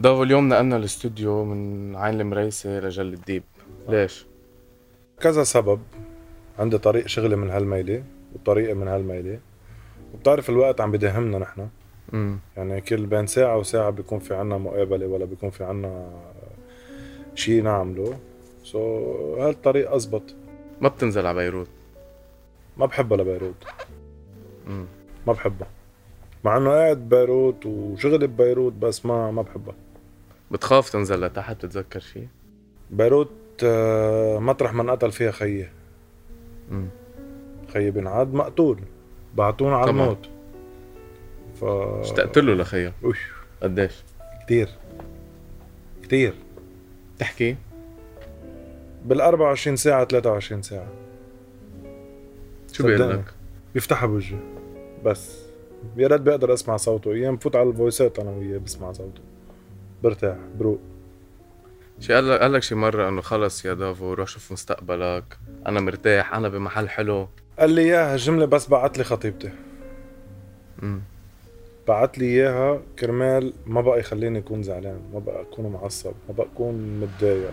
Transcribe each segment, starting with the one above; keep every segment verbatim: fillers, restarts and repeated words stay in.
ضو اليوم نقلنا الاستوديو من عين المريسة لجل الديب. ليش؟ كذا سبب. عندي طريق شغلي من هالميلة وطريقي من هالميلة، وبتعرف الوقت عم بداهمنا نحن. امم يعني كل بين ساعة وساعة بيكون في عنا مقابلة ولا بيكون في عنا شي نعمله. سو so, هالطريق أزبط. ما بتنزل على بيروت؟ ما بحبها لبيروت. امم ما بحبها مع انه قاعد ببيروت وشغلي ببيروت، بس ما ما بحبها. بتخاف تنزل لتحت تتذكر شيء؟ بيروت آه، مطرح ما انقتل فيها خيي. امم خيي بنعاد مقتول، بعتونا على طبعاً. الموت. ف اشتقت له لخيك. اوش قديش؟ كتير كتير. تحكي؟ بال أربعة وعشرين ساعة ثلاثة وعشرين ساعة شو بيقول صدقني. لك؟ بيفتحها بوجهي بس. يا ريت بقدر اسمع صوته. ايام بفوت على الفويسات انا وياه بسمع صوته برتاح بروق. شي قال لك قال لك شي مرة انه خلص يا دافو روح شوف مستقبلك، انا مرتاح، انا بمحل حلو. قال لي اياها جملة بس بعت لي خطيبتي. امم بعت لي اياها كرمال ما بقى يخليني اكون زعلان، ما بقى اكون معصب، ما بقى اكون متضايق.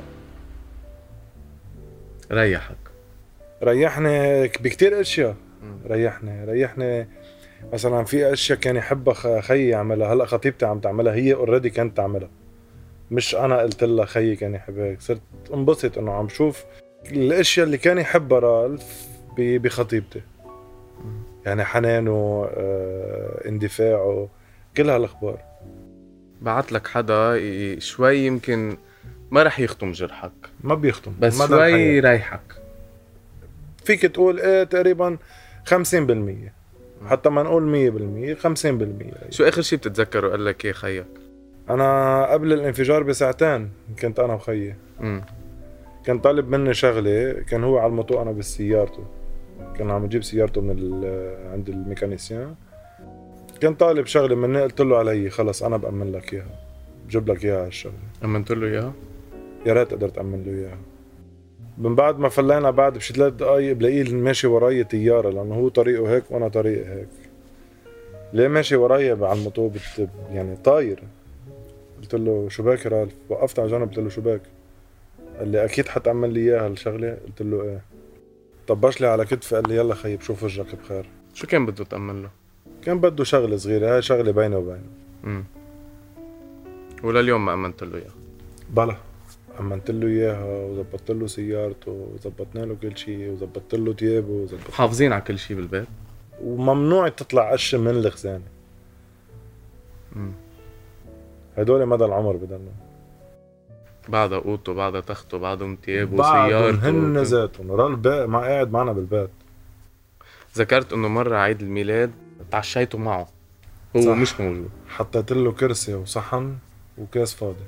ريحك. ريحني بكتير اشياء. مم. ريحني ريحني مثلا في اشياء كان يحبها خ- خيي يعملها، هلا خطيبتي عم تعملها. هي اوريدي كانت تعملها، مش انا قلت لها خيي كان يحبها هيك. صرت انبسط انه عم شوف الاشياء اللي كان يحبها رالف ب- بخطيبتي. يعني حنانه، آه، اندفاعه، كل هالاخبار. بعت لك حدا ي- شوي يمكن ما رح يختم جرحك، ما بيختم بس مدى شوي الحياة. يريحك. فيك تقول ايه تقريبا خمسين بالمية، حتى ما نقول مية بالمية، خمسين بالمية. شو اخر شي بتتذكره قال لك ايه خيك؟ انا قبل الانفجار بساعتين كنت انا وخيي. امم كان طالب مني شغله، كان هو على الموتو انا بسيارته. كان عم يجيب سيارته من ال- عند الميكانيسيان. كان طالب شغله مني، قلت له علي خلص انا بأمن لك اياها، بجيب لك اياها هالشغله. امنت له اياها؟ يا ريت قدرت أمن له اياها. من بعد ما فلينا بعد بشي ثلاث دقايق بلاقيه ماشي وراي طياره، لانه هو طريقه هيك وانا طريقي هيك. ليه ماشي وراي على الموتو بت... يعني طاير. قلت له شو باك يا رالف؟ وقفت على جنب قلت له شو باك؟ قال لي اكيد حتعمل لي اياها الشغله. قلت له ايه. طبش لي على كتفي قال لي يلا خيي بشوف وجهك بخير. شو كان بده تأمن له؟ كان بده شغله صغيره، هاي شغله بيني وبينه. امم ولليوم ما امنت له اياها؟ بلا أمنت له إياها وزبطت له سيارته وزبطنا له كل شيء وزبطت له ثيابه وزبطت. حافظين على كل شي بالبيت؟ وممنوع تطلع قش من الخزانة. امم هدول مدى العمر بدنا. بعدها قوته، بعدها تخته، بعدهم تيابه بعدهم وسيارته. هن ذاتهم رال بقى ما قاعد معنا بالبيت. ذكرت انه مرة عيد الميلاد تعشيتوا معه هو صح. مش موجود. حطيت له كرسي وصحن وكاس فاضي.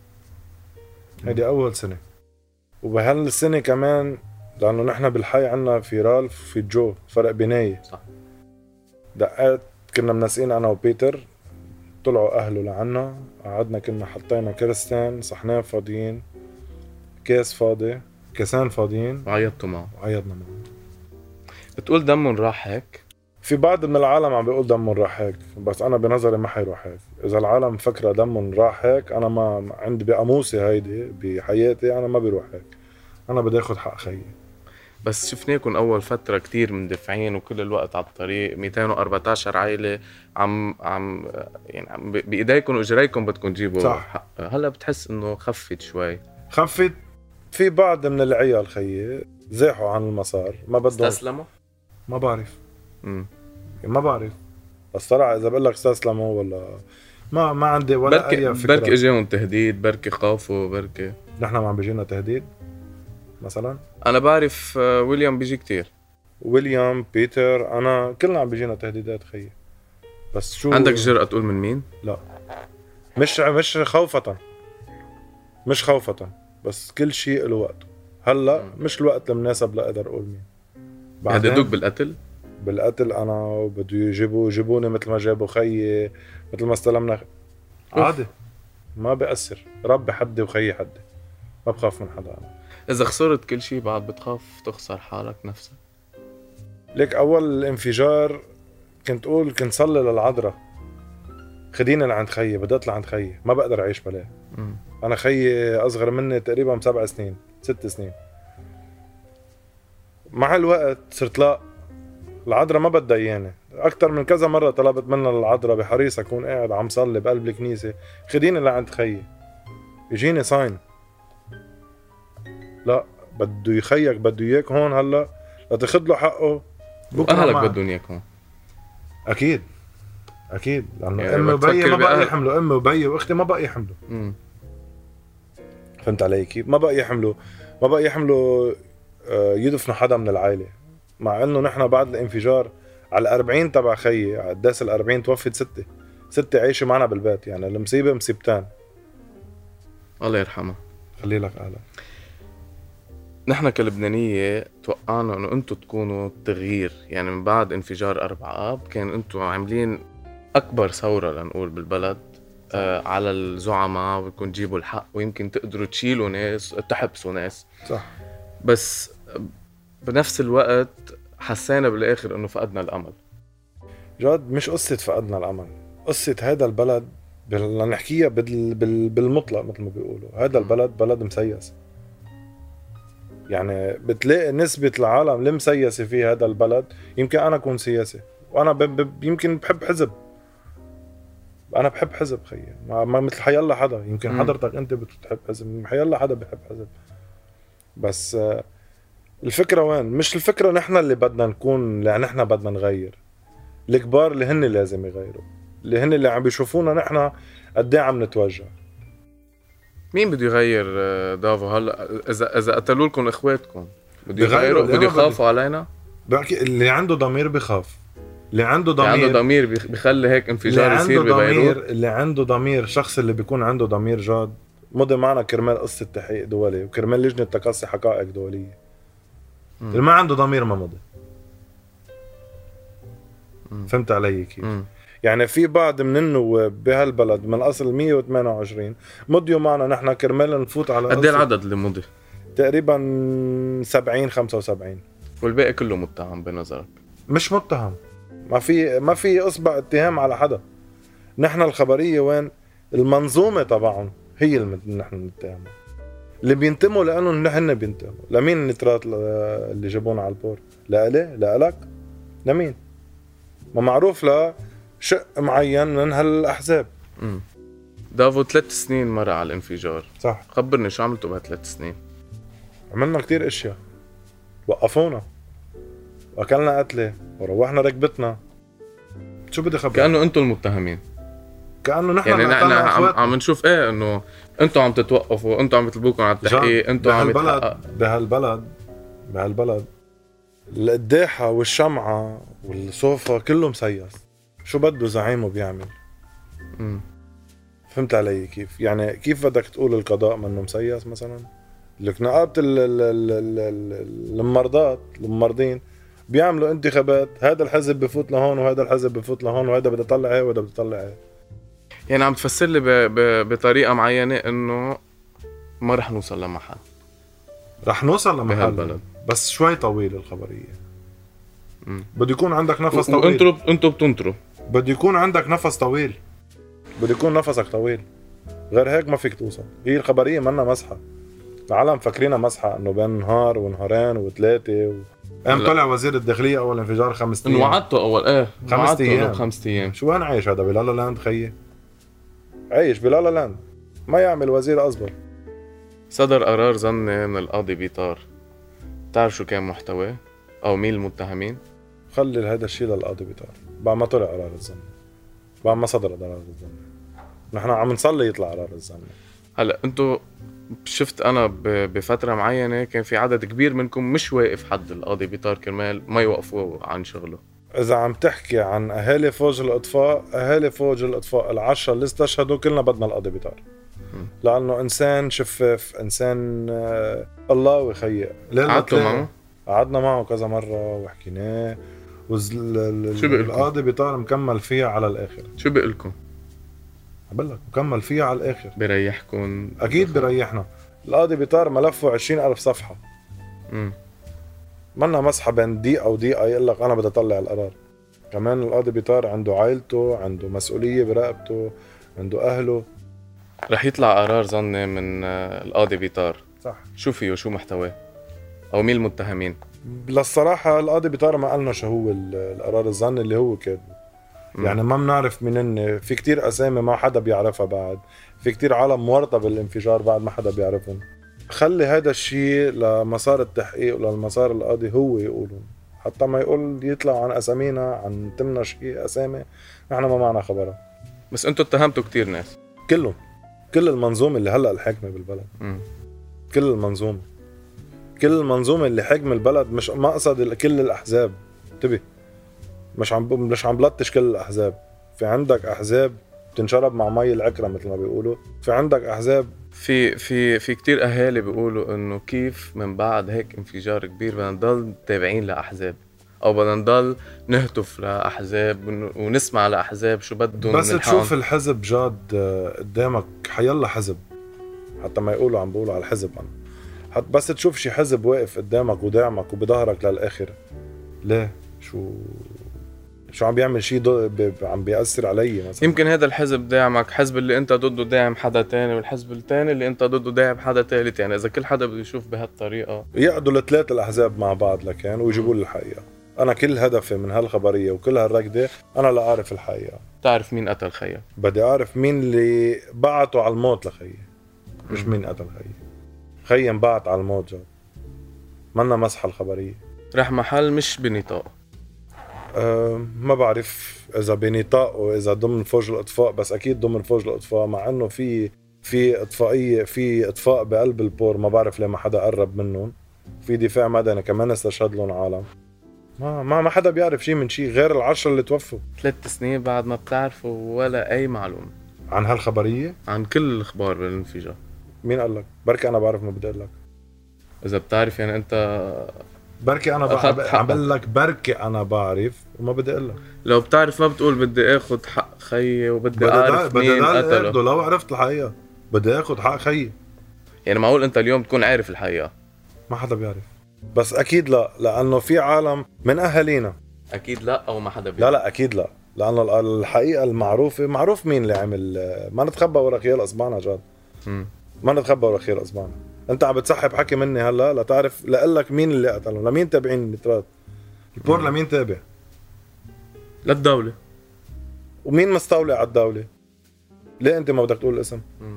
هيدي أول سنة. وبهالسنة كمان لأنه نحن بالحي عنا في رالف في جو فرق بناية. صح. دقات كنا مناسقين أنا وبيتر، طلعوا أهله لعنا، قعدنا كنا حطينا كرستين، صحنين فاضيين، كاس فاضي، كاسين فاضيين، وعيطتوا معه. وعيطنا معه. بتقول دمهم راح هيك؟ في بعض من العالم عم بيقول دمهم راح هيك، بس أنا بنظري ما حيروح هيك. إذا العالم فكرة دمهم راح هيك، أنا ما عندي بقاموسي هيدي بحياتي أنا ما بيروح هيك. أنا بدي آخد حق خيي. بس شفناكم اول فترة كتير مندفعين وكل الوقت على الطريق، مئتين وأربعتاشر عائلة عم عم يعني عم ب- بايديكم واجريكم بدكم تجيبوا صح. حق. هلا بتحس انه خفت شوي؟ خفت. في بعض من العيال خيي زاحوا عن المسار، ما بدهم. استسلموا؟ ما بعرف امم ما بعرف بس صراحة إذا بقول لك استسلموا ولا ما ما عندي ولا بركي أي فكرة. بركي اجاهم تهديد، بركي خافوا، بركي. نحن ما عم بيجينا تهديد مثلا. انا بعرف آه، ويليام بيجي كتير. ويليام، بيتر، أنا كلنا عم بيجينا تهديدات خيي. بس شو عندك جرأة تقول من مين؟ لا، مش مش خوفة، مش خوفة، بس كل شيء له وقته. هلا مش الوقت المناسب لاقدر اقول مين. يهددوك بالقتل؟ بالقتل انا وبده يجيبوا يجيبوني مثل ما جابوا خيي، مثل ما استلمنا. عادي، ما بأثر. ربي حدي وخيي حدي، ما بخاف من حدا انا. اذا خسرت كل شيء بعد بتخاف تخسر حالك نفسك؟ ليك اول الانفجار كنت اقول كنت صلي للعذراء خديني لعند خيي، بدي اطلع عند خيي، ما بقدر اعيش بلاه. مم. انا خيي اصغر مني تقريبا بسبع سنين ست سنين. مع الوقت صرت لا، العذراء ما بدها اياني. اكثر من كذا مره طلبت منها العذراء بحريص اكون قاعد عم صلي بقلب الكنيسه، خديني لعند خيي. يجيني صاين، لا بده يخيك، بده اياك هون هلا لتاخذ له حقه. واهلك بدهم اياك هون. اكيد اكيد، لانه يعني امي وبيي بتفكر ما بقى بأهل- يحملوا، امي وبيي واختي ما بقى يحملوا. مم. فهمت علي كيف؟ ما بقى يحملوا، ما بقى يحملوا آه، يدفنوا حدا من العائله. مع انه نحن بعد الانفجار على الأربعين تبع خيي، على الداس الأربعين توفت ستة ستة عايشة معنا بالبيت. يعني المصيبة مصيبتان. الله يرحمها. خلي لك أهلا. نحن كلبنانية توقعنا انه انتم تكونوا التغيير، يعني من بعد انفجار أربعة آب كان انتم عاملين اكبر ثورة لنقول بالبلد آه على الزعماء، ويكون تجيبوا الحق ويمكن تقدروا تشيلوا ناس تحبسوا ناس. صح. بس بنفس الوقت حسينا بالاخر انه فقدنا الامل. جد مش قصة فقدنا الأمل، قصة هذا البلد بدنا نحكيها بال... بال... بالمطلق مثل ما بيقولوا. هذا البلد بلد مسيس. يعني بتلاقي نسبة العالم المسيسة في هذا البلد، يمكن أنا أكون سياسي وأنا ب... ب... يمكن بحب حزب، أنا بحب حزب خيي، ما, ما مثل حيالله حدا. يمكن مم. حضرتك أنت بتحب حزب، حيالله حدا بحب حزب. بس آه، الفكرة وين؟ مش الفكرة نحن اللي بدنا نكون، اللي نحن بدنا نغير. الكبار اللي هن لازم يغيروا، اللي هن اللي عم بيشوفونا نحن قد ايه عم نتوجع. مين بده يغير آه، دافو هلا؟ اذا اذا قتلوا لكم اخواتكم بده بغيروا، يغيروا، ليه بده ما بده؟ يخافوا علينا؟ بحكي اللي عنده ضمير بخاف، اللي عنده اللي ضمير، عنده ضمير بيخ- بيخلي هيك اللي انفجار عنده يصير ببيروت. ضمير، اللي عنده ضمير، شخص اللي بيكون عنده ضمير جاد مضي معنا كرمال قصة تحقيق دولي وكرمال لجنة تقصي حقائق دولية. مم. اللي ما عنده ضمير ما مضي. مم. فهمت علي كيف؟ مم. يعني في بعض من النواب بهالبلد من اصل مية وثمانية وعشرين مضيوا معنا نحن كرمال نفوت على قد ايه قصة العدد اللي مضي؟ تقريبا سبعين خمسة وسبعين. والباقي كله متهم بنظرك؟ مش متهم، ما في ما في اصبع اتهام على حدا. نحن الخبريه وين؟ المنظومه تبعهم هي اللي نحن بنتهمها. اللي بينتموا لانه نحن بينتموا لمين؟ النترات اللي جابونا على البور؟ لإلي؟ لإلك؟ لمين؟ ما معروف لشق معين من هالاحزاب. امم دافو ثلاث سنين مر على الانفجار. صح. خبرني شو عملتوا بهالثلاث سنين؟ عملنا كتير اشياء، وقفونا واكلنا قتله وروحنا ركبتنا. شو بدي خبر؟ كأنه انتم المتهمين، كانه نحن يعني اللي نحن قتلنا عم, اخواتنا. عم نشوف ايه انه انتم عم تتوقفوا، انتم عم يطلبوكم على التحقيق، انتم عم بهالبلد يتحقق. بهالبلد بهالبلد القداحة والشمعة والصوفة كله مسيس. شو بده زعيمه بيعمل؟ امم فهمت علي كيف؟ يعني كيف بدك تقول القضاء منه مسيس مثلا؟ لك نقابة ال- ال- ال- ال- ال- الممرضات الممرضين بيعملوا انتخابات، هذا الحزب بفوت لهون وهذا الحزب بفوت لهون وهذا بده يطلع هي وهذا بده يطلع هي. يعني عم تفسر لي ب... ب... بطريقة معينة انه ما رح نوصل لمحل رح نوصل لمحل بهالبلد. بس شوي طويل الخبرية. مم. بده يكون عندك نفس طويل. وانتوا انتوا بتنطروا. بده يكون عندك نفس طويل، بده يكون نفسك طويل، غير هيك ما فيك توصل. هي الخبرية منا مسحة. العالم فاكرينها مسحة انه بين نهار ونهارين وثلاثة و... قام لا. طلع وزير الداخلية اول انفجار خمس ايام. انه وعدتوا اول ايه خمس وعدتوا إنه أيام. خمس ايام. شو وين عايش هذا؟ بلالا لاند خيي، عايش بلالا لاند، ما يعمل وزير اصبر. صدر قرار ظني من القاضي بيطار، بتعرف شو كان محتواه او مين المتهمين؟ خلي هذا الشيء للقاضي بيطار بعد ما طلع قرار الظن، بعد ما صدر قرار الظن. نحن عم نصلي يطلع قرار الظن. هلا انتو شفت انا ب- بفتره معينه كان في عدد كبير منكم مش واقف حد القاضي بيطار كرمال ما يوقفوا عن شغله. اذا عم تحكي عن اهالي فوج الاطفاء، اهالي فوج الاطفاء العشرة اللي استشهدوا كلنا بدنا القاضي بيطار، لانه انسان شفاف، انسان آه الله يخيق. قعدتوا معه؟ قعدنا معه كذا مره وحكيناه، وز... ال- ال- شو بيقلكم؟ القاضي بيطار مكمل فيها على الاخر. شو بقلكم؟ بقول لك مكمل فيها على الاخر. بريحكم؟ اكيد بريحنا. القاضي بيطار ملفه عشرين ألف صفحه، امم منا مسحه بين دقيقه ودقيقه يقول لك انا بدي اطلع القرار. كمان القاضي بيطار عنده عائلته، عنده مسؤولية برقبته، عنده أهله. رح يطلع قرار ظني من آه، القاضي بيطار، صح. شو فيه وشو محتواه او مين المتهمين؟ للصراحة القاضي بيطار ما قالنا شو هو ال- القرار الظني اللي هو كاتبه. يعني ما بنعرف مين، في كتير أسامي ما حدا بيعرفها بعد، في كتير عالم مورطة بالانفجار بعد ما حدا بيعرفهم. خلي هذا الشيء لمسار التحقيق وللمسار القاضي هو يقولون، حتى ما يقول يطلعوا عن أسامينا عن تمنا شيء أسامي نحن ما معنا خبرها. بس انتوا اتهمتوا كتير ناس، كلهم، كل المنظومة اللي هلأ الحاكمة بالبلد. مم. كل المنظومة كل المنظومة اللي حاكمة البلد، مش ما أقصد كل الأحزاب، انتبه، مش عم مش عم بلطش كل الأحزاب. في عندك أحزاب بتنشرب مع مي العكرة مثل ما بيقولوا، في عندك أحزاب في في في كتير اهالي بيقولوا انه كيف من بعد هيك انفجار كبير بدنا نضل تابعين لاحزاب، او بدنا نضل نهتف لاحزاب ون- ونسمع لاحزاب شو بدهم. بس من تشوف الحال. الحزب جاد آه، قدامك حيلا حزب، حتى ما يقولوا عم بيقولوا على الحزب أنا حتى بس تشوف شي حزب واقف قدامك وداعمك وبظهرك للآخر، ليه؟ شو شو عم بيعمل شي ضد- ب- ب- عم بيأثر علي مثلا؟ يمكن هذا الحزب داعمك، حزب اللي انت ضده داعم حدا تاني، والحزب التاني اللي انت ضده داعم حدا تالت. يعني اذا كل حدا بده يشوف بهالطريقة يقعدوا الثلاث الأحزاب مع بعض لكان ويجيبوا لي الحقيقة. أنا كل هدفي من هالخبرية وكل هالركضة أنا لا أعرف الحقيقة. تعرف مين قتل خيك. بدي أعرف مين اللي بعتوا على الموت لخيي، مش مم. مين قتل خيي. خيي انبعت على الموت جاد، منا مسحة الخبرية. رح محل مش بنطاق. أه ما بعرف إذا بنطاق وإذا ضمن فوج الإطفاء، بس أكيد ضمن فوج الإطفاء، مع إنه في في إطفائية، في إطفاء بقلب البور، ما بعرف ليه ما حدا قرب منهم. في دفاع مدني كمان استشهد لهم عالم. ما ما ما حدا بيعرف شيء من شيء غير العشرة اللي توفوا. ثلاث سنين بعد ما بتعرفوا ولا أي معلومة عن هالخبرية؟ عن كل الأخبار بالانفجار. مين قال لك؟ بركي أنا بعرف ما بدي أقول لك. إذا بتعرف يعني أنت بركي أنا أخذت بعرف، حقك. عم بقول لك بركي أنا بعرف وما بدي أقول لك. لو بتعرف ما بتقول بدي آخد حق خيي وبدي بدي أعرف بدي مين ضل قتله. اخده لو عرفت الحقيقة، بدي آخد حق خيي. يعني معقول أنت اليوم تكون عارف الحقيقة؟ ما حدا بيعرف، بس أكيد لا، لأنه في عالم من أهالينا. أكيد لا، أو ما حدا لا بيعرف. لا أكيد لا، لأنه الحقيقة المعروفة معروف مين اللي عمل. ما نتخبى ورا خيال أصبعنا جاد، مم. ما نتخبى ورا خيال أصبعنا. أنت عم بتسحب حكي مني هلا لتعرف لأقلك مين اللي قتله، لمين تابعين النترات البور، مم. لمين تابع، للدولة. ومين مستولي على الدولة. ليه أنت ما بدك تقول الاسم؟ مم.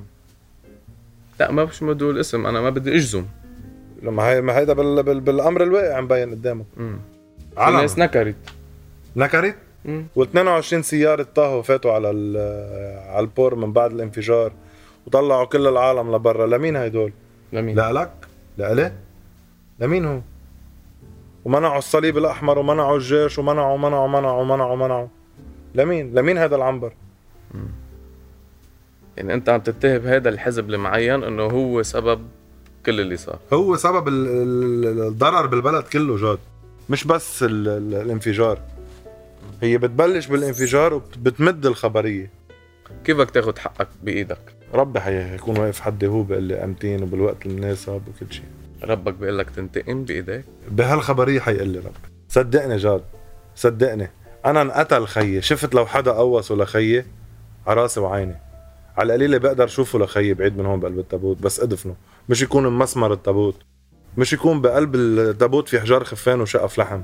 لا ما مش بدي أقول اسم، أنا ما بدي أجزم. لما هي ما هيدا بال... بال... بالأمر الواقع مبين قدامك. مم. في علم ناس نكرت. نكرت، مم. و22 سيارة طاهوا فاتوا على ال... على البور من بعد الانفجار وطلعوا كل العالم لبرا. لمين هيدول؟ لمين؟ لا لك، لا ليه، لمين هو؟ ومنعوا الصليب الأحمر ومنعوا الجيش ومنعوا منعوا منعوا منعوا منعوا. لمين؟ لمين هذا العنبر؟ مم. يعني أنت عم تتهم هذا الحزب المعين إنه هو سبب كل اللي صار. هو سبب ال- ال- الضرر بالبلد كله جاد، مش بس ال... ال... الانفجار. هي بتبلش بالانفجار وبتمد الخبرية. كيف بدك تاخد حقك بإيدك؟ ربي حيكون واقف حدي هو بقول لي أمتين وبالوقت المناسب وكل شيء. ربك بيقول لك تنتقم بإيديك؟ بهالخبرية حيقول لي رب. صدقني جاد، صدقني أنا انقتل خيي، شفت لو حدا قوصه لخيي على راسي وعيني، على القليلة بقدر شوفه لخيي بعيد من هون بقلب التابوت، بس ادفنه، مش يكون مسمر التابوت، مش يكون بقلب التابوت في حجار خفان وشقف لحم.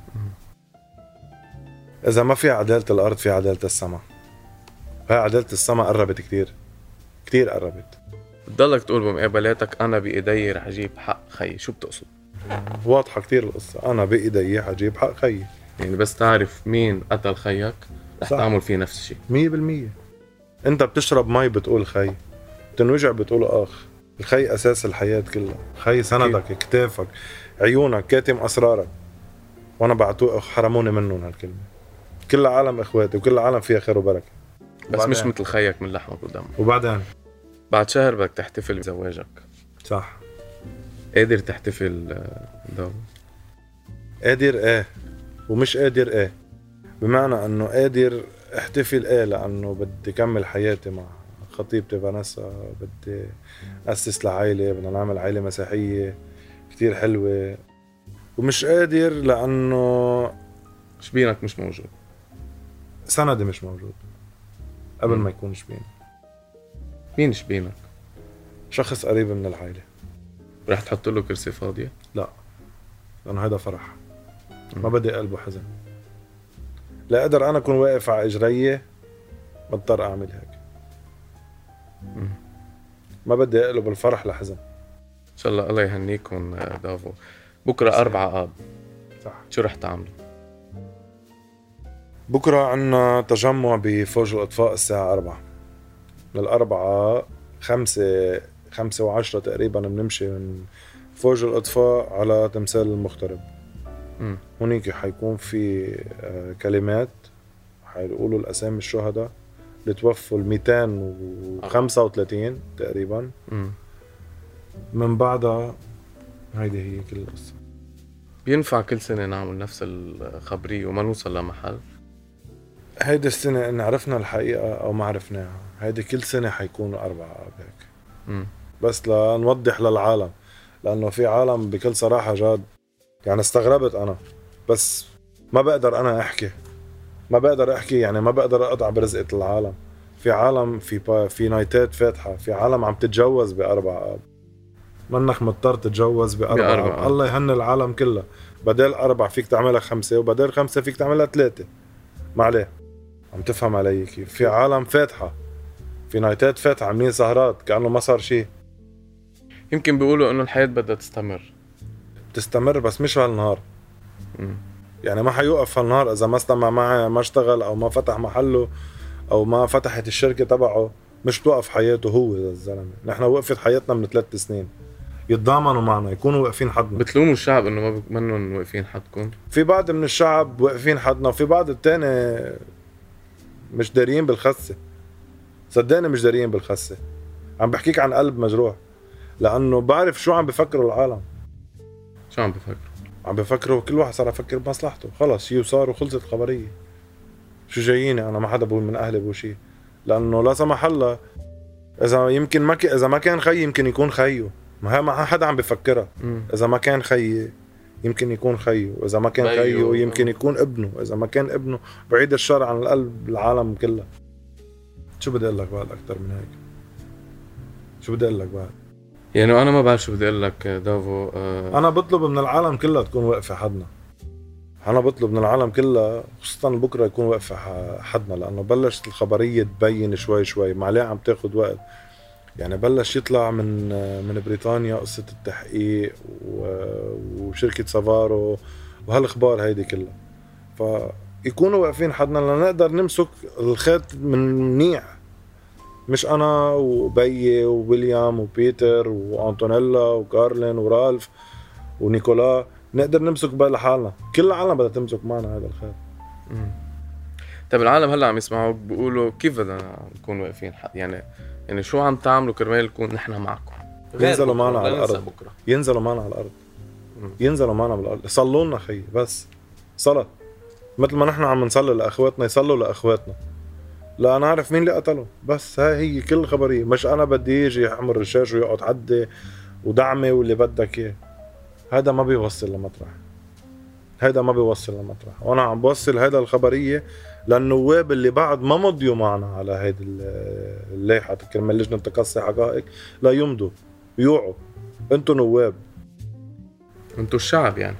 إذا ما في عدالة الأرض في عدالة السماء. هاي عدالة السماء قربت كتير كتير قربت. بتضلك تقول بمقابلاتك أنا بإيدي رح أجيب حق خيي، شو بتقصد؟ واضحة كتير القصة، أنا بإيدي حجيب حق خيي. يعني بس تعرف مين قتل خيك رح صح. تعمل فيه نفس الشيء. مية بالمية. أنت بتشرب مي بتقول خي، بتنوجع بتقول آخ. الخي أساس الحياة كلها، خي سندك، كتافك، عيونك، كاتم أسرارك. وأنا بعتوه حرموني منهم هالكلمة. كل العالم إخواتي وكل العالم فيها خير وبركة. بس مش مثل خيك من لحمك ودمك. وبعدين بعد شهر بدك تحتفل بزواجك، صح. قادر تحتفل دو؟ قادر ايه ومش قادر ايه، بمعنى انه قادر احتفل ايه لانه بدي كمل حياتي مع خطيبتي فانيسا، بدي اسس لعائلة، بدنا نعمل عائلة مسيحية كتير حلوة. ومش قادر لانه شبينك مش موجود. سندي مش موجود قبل مم. ما يكون شبين. مين شبينك؟ شخص قريب من العائلة. رح تحط له كرسي فاضية؟ لا، لأنه هيدا فرح. مم. ما بدي قلبه حزن. لا أقدر أنا أكون واقف على إجريه بضطر أعمل هيك. مم. ما بدي أقلب الفرح لحزن. إن شاء الله الله يهنيكم دافو. بكرة أربعة آب، صح. شو رح تعملوا؟ بكرة عنا تجمع بفوج الأطفاء الساعة أربعة. من الأربعة خمسة خمسة وعشرة تقريبا بنمشي من فوج الأطفاء على تمثال المغترب. مم. هونيك حيكون في كلمات حيقولوا الأسامي الشهداء اللي توفوا الميتين وخمسة وثلاثين تقريبا. مم. من بعدها هيدي هي كل القصة. بينفع كل سنة نعمل نفس الخبرية وما نوصل لمحل؟ هيدي السنة إن عرفنا الحقيقة أو ما عرفناها، هيدي كل سنة حيكونوا أربعة آب هيك. مم. بس لنوضح للعالم، لأنه في عالم بكل صراحة جاد يعني استغربت أنا، بس ما بقدر أنا أحكي ما بقدر أحكي يعني ما بقدر أقطع برزقة العالم. في عالم في با في نايتات فاتحة، في عالم عم تتجوز بأربع آب. منك مضطر تتجوز بأربع آب. بأربع. الله يهني العالم كلها. بدل أربع فيك تعملها خمسة، وبدل خمسة فيك تعملها ثلاثة. ما عليه، عم تفهم علي كيف؟ في عالم فاتحة، في نايتات فاتحة، عاملين سهرات كأنه ما صار شيء. يمكن بيقولوا إنه الحياة بدها تستمر. تستمر بس مش هالنهار. مم. يعني ما حيوقف هالنهار إذا ما استمع معه، ما اشتغل أو ما فتح محله أو ما فتحت الشركة تبعه. مش توقف حياته هو الزلمة. نحن وقفت حياتنا من ثلاث سنين. يتضامنوا معنا، يكونوا واقفين حدنا. بتلوموا الشعب إنه ما منهم واقفين حدكم؟ في بعض من الشعب واقفين حدنا، وفي بعض التاني مش داريين بالخسة. صدقني مش داريين بالخسة. عم بحكيك عن قلب مجروح، لأنه بعرف شو عم بفكروا العالم. شو عم بفكروا؟ عم بفكروا كل واحد صار يفكر بمصلحته. خلص شي وصار وخلصت خبرية. شو جاييني أنا؟ ما حدا بقول من أهلي بقول شي، لأنه لا سمح الله إذا يمكن ما ك... إذا ما كان خي يمكن يكون خيو. ما ما حدا عم بفكرها. مم. إذا ما كان خي يمكن يكون خيو، وإذا ما كان خيو يمكن يكون ابنه، إذا ما كان ابنه بعيد الشر عن القلب العالم كله. شو بدي أقول لك بعد أكتر من هيك؟ شو بدي أقول لك بعد؟ يعني أنا ما بعرف شو بدي أقول لك دافو. أه أنا بطلب من العالم كلها تكون واقفة حدنا. أنا بطلب من العالم كلها خصوصا بكرة يكون واقفة حدنا، لأنه بلشت الخبرية تبين شوي شوي. معليه عم تاخد وقت. يعني بلش يطلع من من بريطانيا قصة التحقيق وشركة سافارو وهالأخبار هيدي كلها. فيكونوا واقفين حدنا لنقدر نمسك الخيط من منيح. مش أنا وبي وويليام وبيتر وأنطونيلا وكارلين ورالف ونيكولا نقدر نمسك بقى لحالنا. كل العالم بدها تمسك معنا هذا الخيط. طيب العالم هلا عم يسمعوك بيقولوا كيف بدنا نكون واقفين حد؟ يعني يعني شو عم تعملوا كرمال نكون نحن معكم؟ ينزلوا معنا على الأرض. بكرة. ينزلوا معنا على الأرض. مم. ينزلوا معنا بالأرض. يصلوا لنا خي، بس صلاة مثل ما نحن عم نصلي لأخواتنا يصلوا لأخواتنا. لا أنا أعرف مين اللي قتله، بس هاي هي كل خبرية. مش أنا بدي يجي يحمر الشاش ويقعد عدي ودعمي واللي بدك إياه. هذا ما بيوصل لمطرح. هذا ما بيوصل لمطرح. وأنا عم بوصل هذا الخبرية للنواب اللي بعد ما مضيوا معنا على هيدي اللائحة كرمال لجنة تقصي حقائق لا يمضوا يوعوا. انتو نواب، انتو الشعب. يعني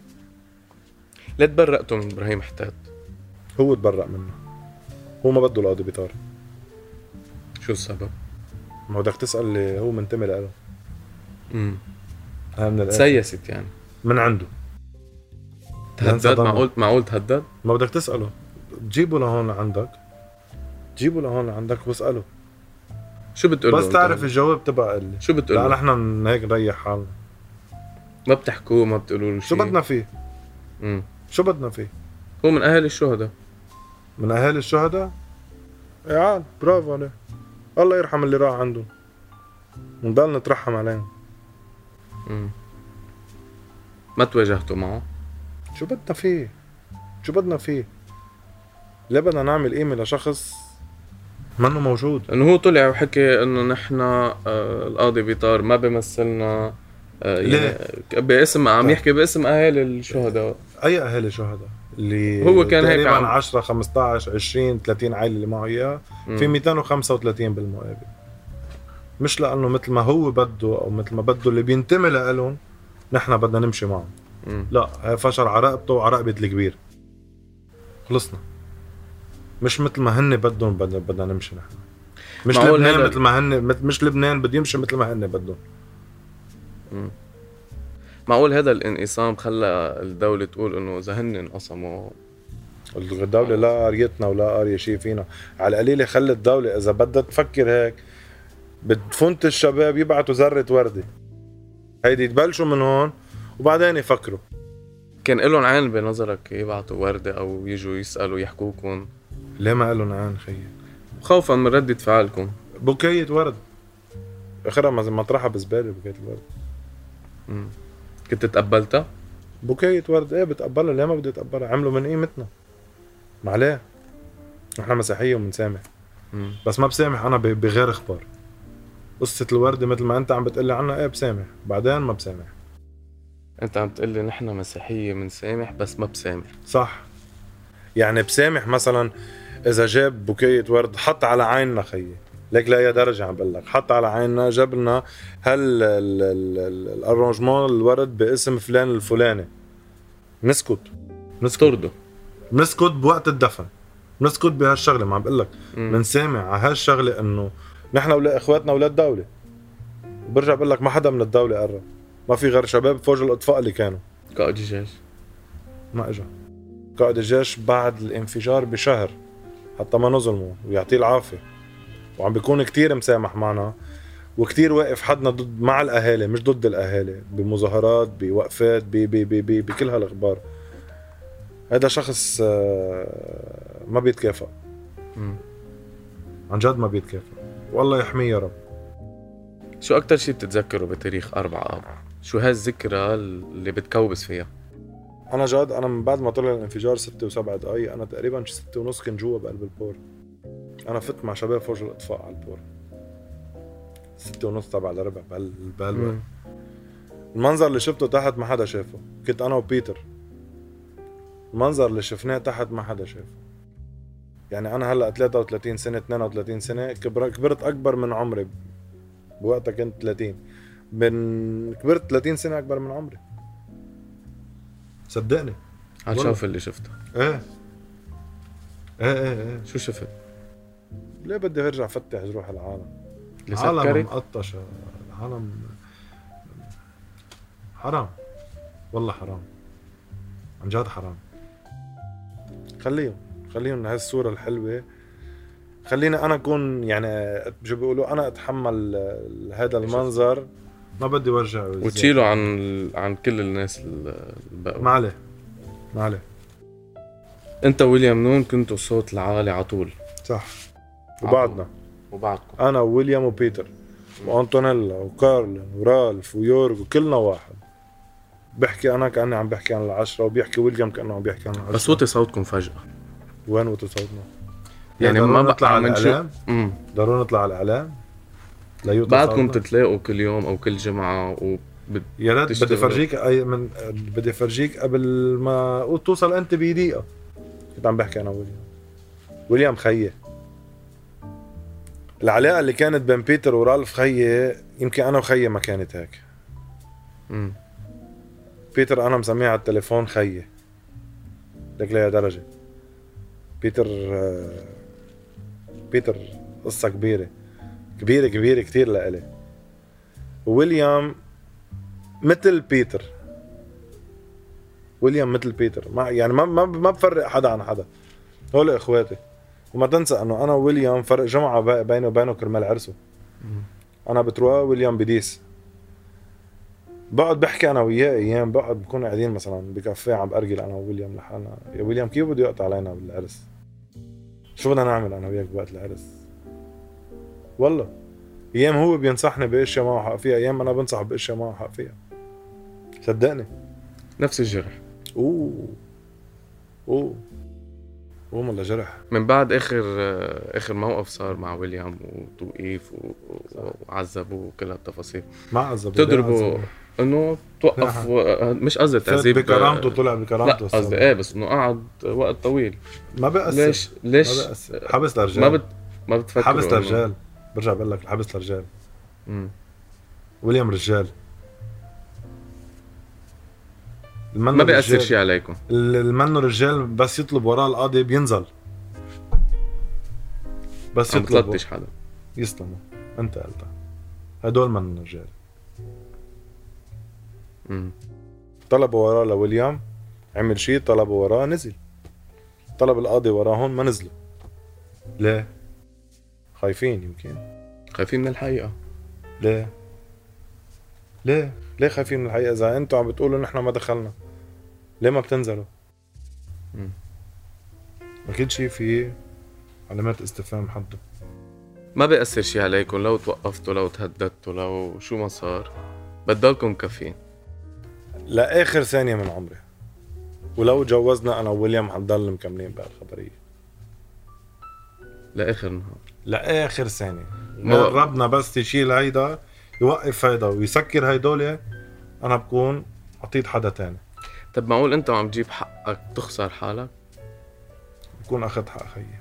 لا تبرأتوا من إبراهيم حتات. هو تبرأ منه. هو ما بده القاضي بيطار. شو السبب؟ ما هو بدك تسأل اللي هو منتمي له. امم هاي من الآخر. تسيست يعني من عنده. تهدد. معقول معقول تهدد؟ ما بدك تسأله. تجيبه لهون عندك، تجيبه لهون عندك واسأله. شو بتقول له؟ بس تعرف الجواب تبع اللي شو بتقول له؟ لا نحن هيك نريح حالنا. ما بتحكوه، ما بتقولوا له شيء. شو بدنا فيه؟ امم شو بدنا فيه؟ هو من اهل الشهداء. من اهالي الشهداء؟ يا عاد برافو عليه. الله يرحم اللي راح عندهم ونضل نترحم عليهم. امم ما تواجهتوا معه؟ شو بدنا فيه؟ شو بدنا فيه؟ ليه بدنا نعمل قيمة لشخص منه موجود؟ انه هو طلع وحكي انه نحن آه القاضي بيطار ما بيمثلنا. آه يعني باسم عم يحكي باسم اهالي الشهداء. اي اهالي شهداء؟ اللي هو كان هيك تقريبا عم- عشرة خمستاشر عشرين ثلاثين عائله اللي معه اياها، في مئتين وخمسة وثلاثين بالمقابل. مش لانه مثل ما هو بده او مثل ما بده اللي بينتمي لهم نحن بدنا نمشي معهم. مم. لا، هي فشل على رقبته وعلى رقبه الكبير. خلصنا. مش مثل ما هن بدهم بدنا بدنا نمشي نحن. مش معقول لبنان هذا- مثل ما هن مت- مش لبنان بده يمشي مثل ما هن بدهم. معقول هذا الانقسام خلى الدولة تقول انه اذا هن انقسموا الدولة لا قريتنا ولا قارية شيء فينا. على القليلة خلي الدولة إذا بدها تفكر هيك بتفنت الشباب يبعتوا ذرة وردة، هيدي تبلشوا من هون وبعدين يفكروا. كان لهم عين بنظرك يبعتوا وردة او يجوا يسألوا يحكوكم ليه ما قالوا نعان خيي؟ خوفا من ردة فعلكم؟ بوكية ورد اخرها مطرحها بزبالة. بوكية الورد مم. كنت تقبلتها؟ بوكية ورد ايه بتقبلها. ليه ما بدي اتقبلها؟ عملوا من قيمتنا. ما عليه، نحن مسيحية ومنسامح. مم. بس ما بسامح انا ب- بغير اخبار. قصة الوردة مثل ما انت عم بتقلي عنها ايه بسامح، بعدين ما بسامح. انت عم تقلي نحن مسيحية منسامح بس ما بسامح. صح. يعني بسامح مثلا اذا جاب بوكية ورد حط على عيننا خيي، ليك لا يا درجة عم بقول لك، حط على عيننا جاب لنا هل الارونجمون الورد باسم فلان الفلاني، نسكت نسكت طردوا. نسكت بوقت الدفن، نسكت بهالشغله. ما عم بقول لك مم. منسامع على هالشغله انه نحن ولا اخواتنا اولاد دوله. برجع بقول لك ما حدا من الدوله قرب، ما في غير شباب فوج الاطفاء اللي كانوا. قائد الجيش ما اجى قائد الجيش بعد الانفجار بشهر حتى ما نظلموا ويعطيه العافيه، وعم بيكون كتير مسامح معنا وكتير واقف حدنا ضد مع الاهالي مش ضد الاهالي، بمظاهرات بوقفات ب ب ب ب بكل هالاخبار. هذا شخص آه، ما بيتكافئ. مم. عن جد ما بيتكافئ، والله يحميه يا رب. شو أكتر شي بتتذكره بتاريخ أربعة آب؟ شو هالذكرى اللي بتكوبس فيها؟ انا جد انا من بعد ما طلع الانفجار ستة وسبع دقايق انا تقريبا شي ستة ونص كنت جوا بقلب البور. انا فت مع شباب فوج الاطفاء على البور ستة ونص تبع لربع بهال بهالوقت. المنظر اللي شفته تحت ما حدا شافه، كنت انا وبيتر. المنظر اللي شفناه تحت ما حدا شافه. يعني انا هلا ثلاثة وثلاثين سنه اثنين وثلاثين سنه، كبر كبرت اكبر من عمري. بوقتها كنت ثلاثين، من كبرت ثلاثين سنه اكبر من عمري. صدقني هالشوف اللي شفته. ايه ايه ايه ايه شو شفت؟ ليه بدي ارجع فتح جروح العالم؟ اللي العالم سكرت؟ مقطشة، العالم حرام، والله حرام، عن جد حرام. خليهم خليهم هالصورة الحلوة، خلينا انا اكون يعني شو بيقولوا انا اتحمل هذا المنظر، ما بدي ورجع وتشيله عن عن كل الناس الباقوا. ما عليه ما عليه. انت ويليام نون كنتوا الصوت العالي على طول. صح. وبعدنا وبعدكم انا وويليام وبيتر وانطونيلا وكارل ورالف ويورغ وكلنا واحد. بحكي انا كاني عم بحكي عن العشرة وبيحكي ويليام كانه عم بيحكي عن العشرة. بس وطي صوتكم فجأة. وين وطي صوتنا؟ يعني ضروري ما نطلع بقى على عم نشوف. الاعلام؟ امم ضروري نطلع على الاعلام ليوطى بعدكم صوتنا؟ تتلاقوا كل يوم او كل جمعة وبت... يا ريت بدي تشتغلوا. فرجيك اي من بدي فرجيك قبل ما توصل انت بدقيقة. كنت عم بحكي انا ويليام. ويليام خيي. العلاقة اللي كانت بين بيتر ورالف خيي، يمكن انا وخيي ما كانت هيك. امم بيتر انا مسميه على التليفون خيي لك ليه درجة. بيتر آه، بيتر قصة كبيرة كبيرة كبيرة كتير لإلي. وويليام مثل بيتر. ويليام مثل بيتر، ما يعني ما ما ما بفرق حدا عن حدا، هول اخواتي. وما تنسى انه انا وويليام فرق جمعة بينه وبينه كرمال عرسه. انا بتروى ويليام بديس. بقعد بحكي انا وياه ايام، بقعد بكون قاعدين مثلا بكافيه عم بارجل انا وويليام لحالنا، يا ويليام كيف بده يقطع علينا بالعرس؟ شو بدنا نعمل انا وياك بوقت العرس؟ والله ايام هو بينصحني باشياء ما حق فيها، ايام انا بنصح باشياء ما حق فيها. صدقني. نفس الجرح. اوه اوه اوه والله جرح. من بعد اخر اخر موقف صار مع ويليام وتوقيف و- وعذبوه وكل هالتفاصيل، ما عذبوا بتضربوا انه توقف و... مش قصدي تعذيب بكرامته، طلع بكرامته. لا قصدي ايه بس انه قعد وقت طويل. ما بأثر. ليش ليش ما بأثر. حبس الرجال. ما بت ما بتفكر حبس الرجال. برجع بقول لك حبس الرجال. امم ويليام رجال. ما بيأثر شيء عليكم. المنو رجال بس يطلب وراه القاضي بينزل. بس ما يطلب بتلطش حدا. يسلموا انت قلتها. هدول منو رجال. امم طلبوا وراه لويليام عمل شيء، طلبوا وراه نزل. طلب القاضي وراهم ما نزلوا. ليه؟ خايفين يمكن. خايفين من الحقيقة. ليه؟ ليه؟ ليه خايفين من الحقيقة؟ إذا أنتوا عم بتقولوا نحن ما دخلنا، ليه ما بتنزلوا؟ مم. أكيد شيء في علامات استفهام حده. ما بيأثر شيء عليكم لو توقفتوا، لو تهددتوا، لو شو ما صار بدالكم كافيين لآخر ثانية من عمري. ولو جوزنا أنا وويليام حنضل مكملين بهالخبرية لآخر نهار، لآخر ثانية. ما ربنا بس يشيل هيدا، يوقف هيدا ويسكر هيدول، أنا بكون عطيت حدا تاني. طب معقول أنت عم تجيب حقك تخسر حالك؟ بكون أخذت حق خيي،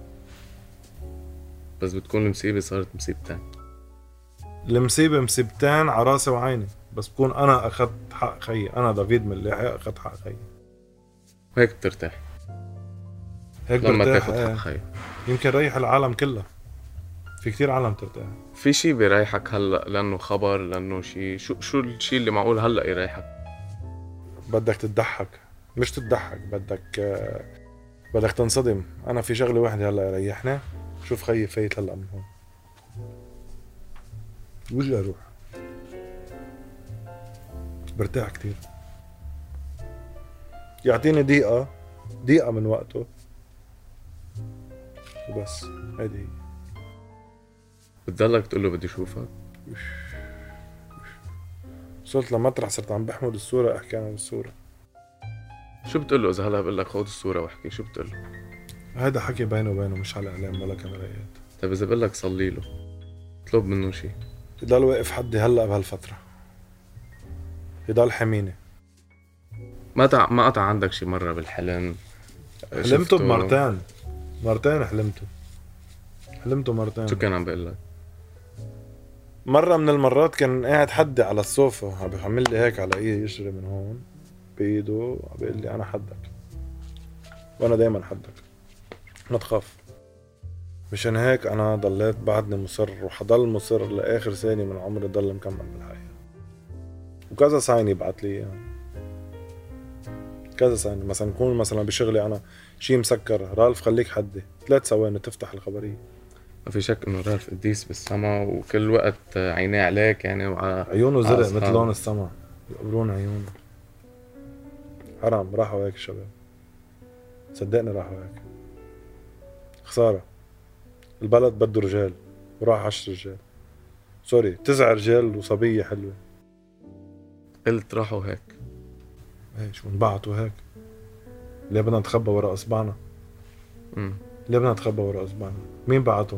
بس بتكون المصيبة صارت مصيبتين. المصيبة مصيبتين عراسي وعيني، بس بكون أنا أخذت حق خيي. أنا دافيد من اللي أخذت حق خيي. وهيك بترتاح هيك لما برتاح. تاخد ايه. حق خيك. يمكن ريح العالم كلها. في كتير عالم ترتاح. في شي بيريحك هلا لأنه خبر، لأنه شي شو شو الشي اللي معقول هلا يريحك؟ بدك تضحك، مش تضحك، بدك آه بدك تنصدم. أنا في شغلة واحدة هلا يريحني، شوف خيي فايت هلا من هون، وجه أروح برتاح كتير. يعطيني دقيقة دقيقة من وقته وبس. هيدي هي. بتضلك تقول له بدي اشوفك؟ وصلت لمطرح صرت عم بحمد الصورة، احكي انا بالصورة. شو بتقول له اذا هلا بقول لك خذ الصورة واحكي؟ شو بتقول له؟ هيدا حكي بينه وبينه، مش على اعلام ولا كاميرات. طيب اذا بقول لك صلي له اطلب منه شي؟ يضل واقف حدي هلا بهالفترة، يضل حميني. ما تع... ما قطع عندك شي مرة بالحلم؟ حلمته بمرتين، مرتين حلمته حلمته مرتين. شو كان عم بقول لك؟ مرة من المرات كان قاعد حدي على الصوفة، عم بيعمل لي هيك على ايدي يشري من هون بايده، عم بيقول لي انا حدك وانا دايما حدك، ما تخاف. مشان هيك انا ضليت بعدني مصر وحضل مصر لاخر ثانية من عمري، ضل مكمل بالحياة. وكذا ساين يبعت لي يعني. كذا ساين مثلا يكون مثلا بشغلي انا شي مسكر، رالف خليك حدي، ثلاث ثواني تفتح الخبرية. ما في شك انه رالف قديس بالسما وكل وقت عينيه عليك يعني، وع... عيونه زرق مثل لون السما، يقبرون عيونه. حرام راحوا هيك الشباب، صدقني راحوا هيك. خسارة، البلد بده رجال وراح عشر رجال، سوري تسع رجال وصبية حلوة. قلت راحوا هيك ايش ونبعتوا هيك؟ ليه بدنا نتخبى وراء اصبعنا؟ امم ليه بدنا نتخبى وراء اصبعنا؟ مين بعتهم؟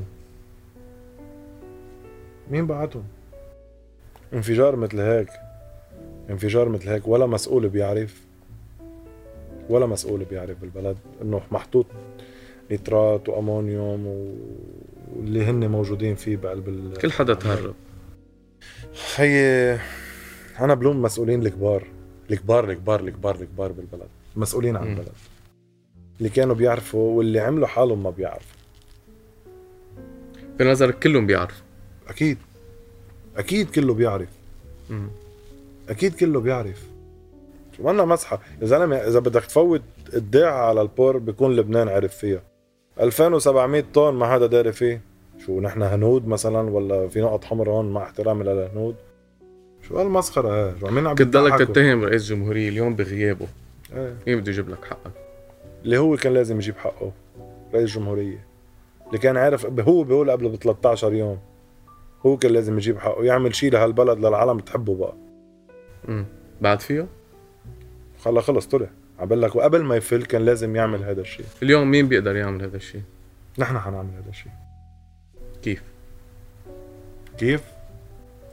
مين بعتهم؟ انفجار مثل هيك، انفجار مثل هيك ولا مسؤول بيعرف، ولا مسؤول بيعرف بالبلد انه محطوط نيترات وامونيوم واللي هن موجودين فيه بقلب. كل حدا تهرب. هي انا بلوم مسؤولين الكبار الكبار الكبار الكبار الكبار بالبلد، مسؤولين عن البلد، اللي كانوا بيعرفوا واللي عملوا حالهم ما بيعرفوا. في نظرك كلهم بيعرفوا؟ اكيد اكيد كله بيعرف. مم. اكيد كله بيعرف. شو مالنا مسحه يا زلمه؟ اذا بدك تفوت الداعة على البور بيكون لبنان عرف فيها. ألفين وسبعمية طن ما حدا داري فيه. شو نحن هنود مثلا ولا في نقط حمراء هون مع احترامي للهنود؟ شو هالمسخره هاي؟ شو عمين عم كنت ضلك تتهم رئيس جمهورية اليوم بغيابه. ايه مين بده يجيب لك حقك؟ اللي هو كان لازم يجيب حقه، رئيس جمهورية اللي كان عارف. هو بيقول قبل ب ثلاثة عشر يوم هو كان لازم يجيب حقه، يعمل شيء لهالبلد للعالم تحبه بقى. امم بعد فيه؟ خلا خلص طلع عم بقول لك، وقبل ما يفل كان لازم يعمل هذا الشيء. اليوم مين بيقدر يعمل هذا الشيء؟ نحن حنعمل هذا الشيء. كيف؟ كيف؟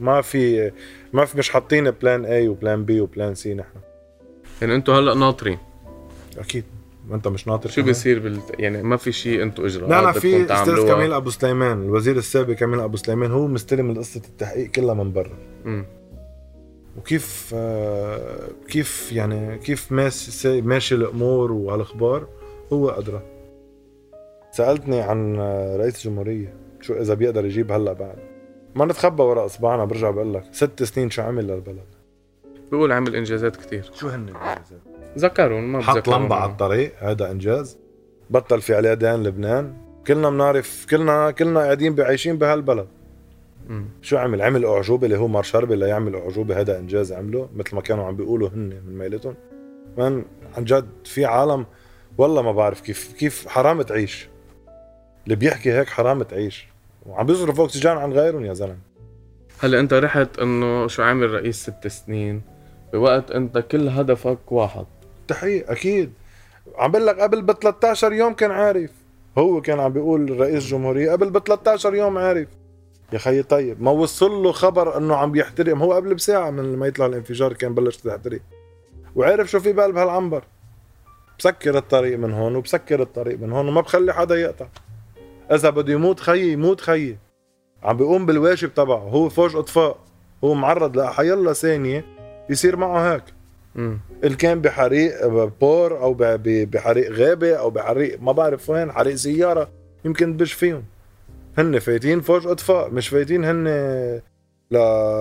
ما في ما في مش حاطين بلان اي وبلان بي وبلان سي. نحن يعني انتوا هلا ناطرين اكيد، ما انت مش ناطر. شو بيصير بال... يعني ما في شيء انتوا اجراءات لا لا، بدكم في استاذ تعملوها؟ كميل ابو سليمان، الوزير السابق كميل ابو سليمان، هو مستلم قصه التحقيق كلها من برا. امم وكيف آه كيف يعني كيف ماشي ماشي الامور وهالاخبار هو ادرى. سالتني عن رئيس الجمهوريه شو اذا بيقدر يجيب هلا بعد، ما نتخبى وراء اصبعنا. برجع بقول لك ست سنين شو عمل للبلد؟ بيقول عمل انجازات كتير. شو هن الانجازات؟ ذكرهم ما حط بذكرهم. لمبة على الطريق، هذا انجاز. بطل في عليه دين لبنان. كلنا بنعرف، كلنا كلنا قاعدين عايشين بهالبلد. مم. شو عمل؟ عمل اعجوبه اللي هو مار شربي اللي يعمل اعجوبه، هذا انجاز عمله مثل ما كانوا عم بيقولوا هن من ميلتهم. من عن جد في عالم والله ما بعرف كيف كيف حرام تعيش. اللي بيحكي هيك حرام تعيش، وعم بيصرفوا اكسجين عن غيرهم يا زلمه. هلا انت رحت انه شو عامل رئيس ست سنين بوقت انت كل هدفك واحد تحقيق. اكيد عم بقول لك قبل ب ثلاثة عشر يوم كان عارف. هو كان عم بيقول رئيس الجمهوريه قبل ب ثلاثة عشر يوم عارف يا خيي. طيب ما وصل له خبر انه عم بيحترق؟ هو قبل بساعه من ما يطلع الانفجار كان بلش تحترق، وعارف شو في بقلب هالعنبر. بسكر الطريق من هون وبسكر الطريق من هون وما بخلي حدا يقطع. اذا بده يموت خيي يموت خيي. عم بيقوم بالواجب تبعه، هو فوج اطفاء، هو معرض لحيالله ثانيه يصير معه هيك. امم اللي كان بحريق بور او بحريق غابه او بحريق ما بعرف وين، حريق سياره يمكن تبش فيهم. هن فايتين فوج اطفاء، مش فايتين هن ل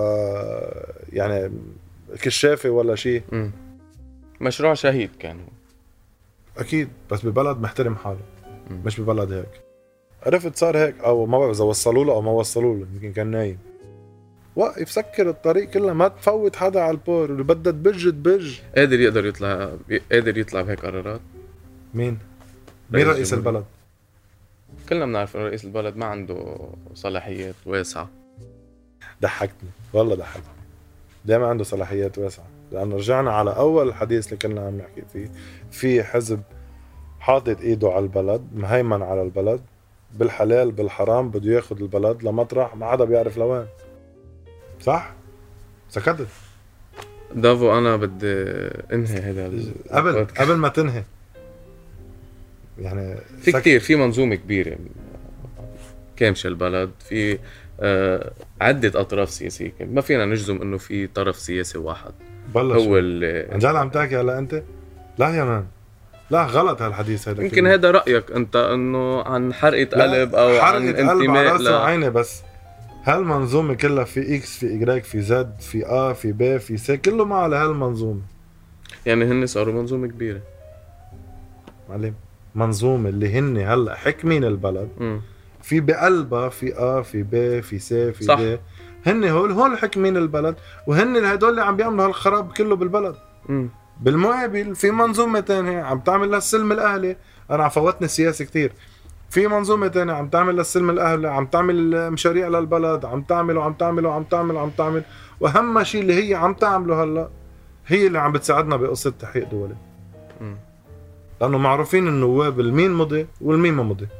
يعني كشافه ولا شيء. امم مشروع شهيد كان. اكيد، بس ببلد محترم حاله، مم. مش ببلد هيك. عرفت صار هيك، او ما بعرف اذا وصلوا له او ما وصلوا له، يمكن كان نايم. وقف سكر الطريق كله، ما تفوت حدا على البور. اللي بدها تبج تبج. قادر يقدر يطلع قادر يطلع بهيك قرارات. مين؟ مين رئيس رئيس الجمهورية. البلد؟ كلنا بنعرف انه رئيس البلد ما عنده صلاحيات واسعه. ضحكتني والله، ضحكتني. دائما عنده صلاحيات واسعه، لانه رجعنا على اول الحديث اللي كنا عم نحكي فيه. في حزب حاطط ايده على البلد، مهيمن على البلد، بالحلال بالحرام بده ياخذ البلد لمطرح ما حدا بيعرف لوين. صح؟ سكتت. دافو انا بدي انهي هذا ال- قبل البودكاست. قبل ما تنهي يعني في سك- كتير، في منظومه كبيره كامشه البلد، في آه عده اطراف سياسيه. ما فينا نجزم انه في طرف سياسي واحد بلش هو اللي عن جد عم تحكي هلا انت؟ لا يا مان، لا غلط هالحديث هذا. يمكن هذا رايك انت انه عن حرقه قلب او عن انتماء ل ل عيني. بس هالمنظومه كلها في اكس في ايجريك في زد في ا في ب في س، كله ما على هالمنظومه. يعني هن صاروا منظومه كبيره. معلم، منظومه اللي هن هلا حكمين البلد. امم في بقلبها في ا في ب في س في صح. د. هن هول هول حكمين البلد، وهن هدول اللي عم بيعملوا هالخراب كله بالبلد. امم بالمقابل في منظومة تانية عم تعمل للسلم الأهلي. أنا فوتني السياسة كتير. في منظومة تانية عم تعمل للسلم الأهلي، عم تعمل مشاريع للبلد، عم تعمل وعم تعمل وعم تعمل وعم تعمل. وأهم شيء اللي هي عم تعمله هلا هي اللي عم بتساعدنا بقصة تحقيق دولي. امم لأنه معروفين النواب المين مضي والمين ما مضي.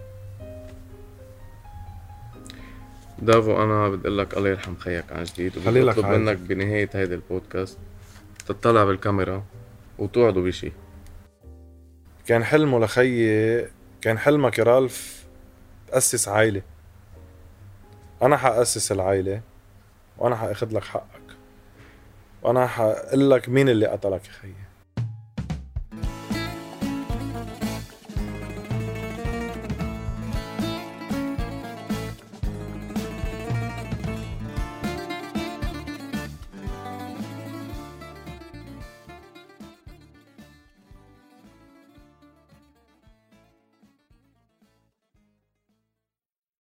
دافو انا بدي اقول لك الله يرحم خيك عن جديد، خلي وبدي لك اطلب حاجة. منك بنهايه هيدا البودكاست تطلع بالكاميرا وتوعدوا بشيء. كان حلمه لخيي، كان حلمك يا رالف تأسس عائلة. أنا حأسس العائلة، وأنا حأخذ لك حقك، وأنا حقول لك مين اللي قتلك يا خيي.